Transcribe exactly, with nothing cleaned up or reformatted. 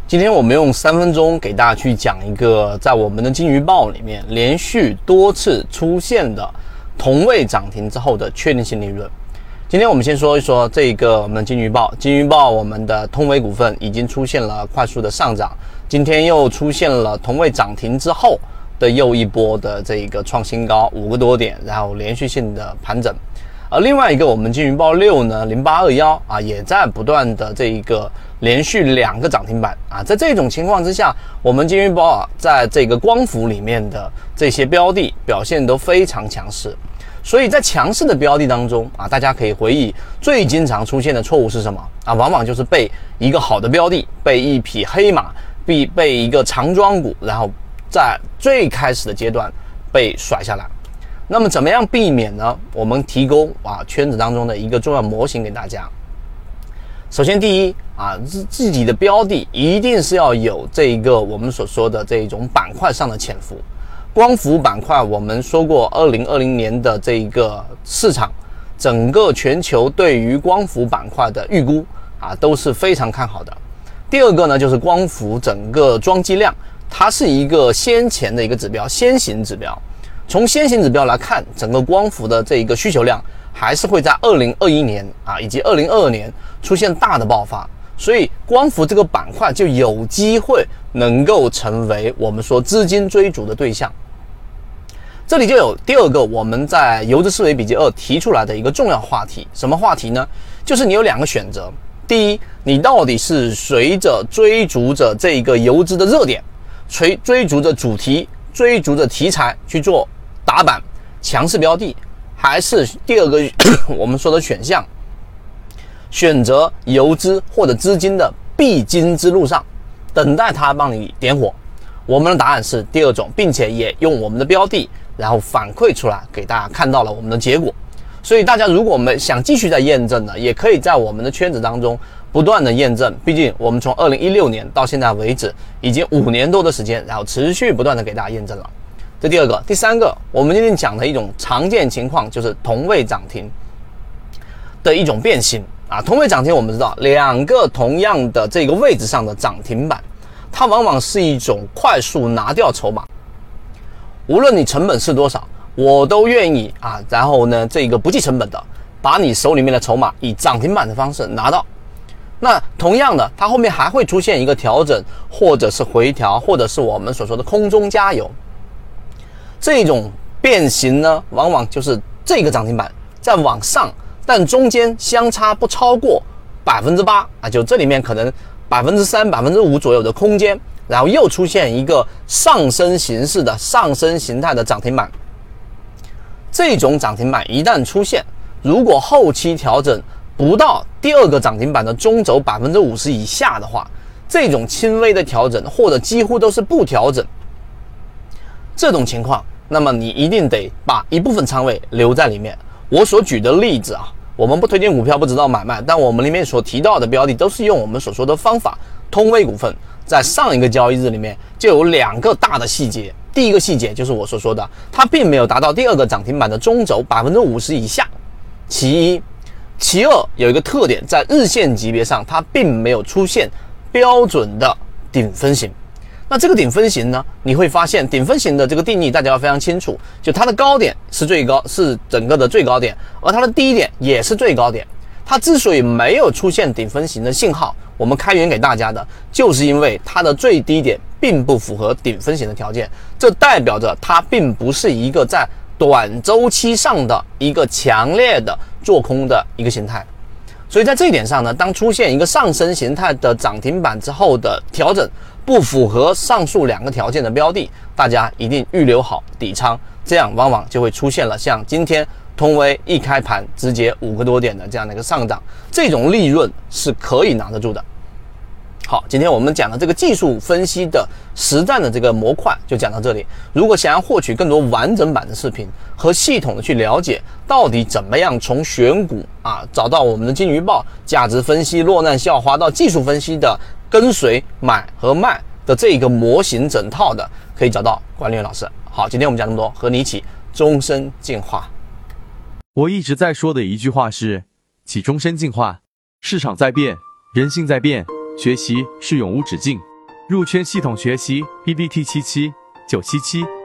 今天我们用三分钟给大家去讲一个在我们的金鱼报里面连续多次出现的同位涨停之后的确定性利润。今天我们先说一说这个我们的金鱼报，金鱼报我们的通威股份已经出现了快速的上涨，今天又出现了同位涨停之后的又一波的这个创新高五个多点，然后连续性的盘整。而另外一个我们金鱼报六呢零八二一啊，也在不断的这一个连续两个涨停板啊，在这种情况之下，我们金鱼报啊在这个光伏里面的这些标的表现都非常强势。所以在强势的标的当中啊，大家可以回忆最经常出现的错误是什么啊？往往就是被一个好的标的，被一匹黑马，被被一个长庄股，然后在最开始的阶段被甩下来。那么怎么样避免呢？我们提供啊圈子当中的一个重要模型给大家。首先第一啊，自自己的标的一定是要有这一个我们所说的这种板块上的潜伏。光伏板块我们说过二零二零年的这一个市场，整个全球对于光伏板块的预估啊都是非常看好的。第二个呢，就是光伏整个装机量，它是一个先前的一个指标，先行指标。从先行指标来看，整个光伏的这一个需求量还是会在二零二一年啊以及二零二二年出现大的爆发，所以光伏这个板块就有机会能够成为我们说资金追逐的对象。这里就有第二个我们在游资思维笔记二提出来的一个重要话题，什么话题呢？就是你有两个选择，第一，你到底是随着追逐着这个游资的热点，追追逐着主题，追逐着题材去做打板强势标的，还是第二个我们说的选项，选择游资或者资金的必经之路上，等待它帮你点火。我们的答案是第二种，并且也用我们的标的然后反馈出来给大家看到了我们的结果。所以大家如果我们想继续再验证呢，也可以在我们的圈子当中不断的验证，毕竟我们从二零一六年到现在为止已经五年多的时间，然后持续不断的给大家验证了。这第二个。第三个，我们今天讲的一种常见情况就是同位涨停的一种变形啊。同位涨停我们知道两个同样的这个位置上的涨停板，它往往是一种快速拿掉筹码，无论你成本是多少，我都愿意啊，然后呢这个不计成本的把你手里面的筹码以涨停板的方式拿到。那同样的，它后面还会出现一个调整，或者是回调，或者是我们所说的空中加油。这种变形呢，往往就是这个涨停板在往上，但中间相差不超过百分之八啊，就这里面可能百分之三、百分之五左右的空间，然后又出现一个上升形式的上升形态的涨停板。这种涨停板一旦出现，如果后期调整不到第二个涨停板的中轴百分之五十以下的话，这种轻微的调整或者几乎都是不调整，这种情况，那么你一定得把一部分仓位留在里面。我所举的例子啊，我们不推荐股票，不指导买卖，但我们里面所提到的标的都是用我们所说的方法。通威股份在上一个交易日里面就有两个大的细节，第一个细节就是我所说的，它并没有达到第二个涨停板的中轴百分之五十以下，其一。其二，有一个特点，在日线级别上它并没有出现标准的顶分型。那这个顶分型呢，你会发现顶分型的这个定义大家要非常清楚，就它的高点是最高，是整个的最高点，而它的低点也是最高点。它之所以没有出现顶分型的信号，我们开源给大家的就是因为它的最低点并不符合顶分型的条件，这代表着它并不是一个在短周期上的一个强烈的做空的一个形态。所以在这一点上呢，当出现一个上升形态的涨停板之后的调整不符合上述两个条件的标的，大家一定预留好底仓，这样往往就会出现了像今天通威一开盘直接五个多点的这样的一个上涨，这种利润是可以拿得住的。好，今天我们讲的这个技术分析的实战的这个模块就讲到这里。如果想要获取更多完整版的视频和系统的去了解到底怎么样从选股啊找到我们的金鱼报、价值分析、落难校花到技术分析的跟随买和卖的这个模型整套的，可以找到管理员老师。好，今天我们讲这么多，和你一起终身进化。 我一直在说的一句话是：起终身进化。市场在变，人性在变，学习是永无止境。 入圈系统学习 P P T 七七九七七。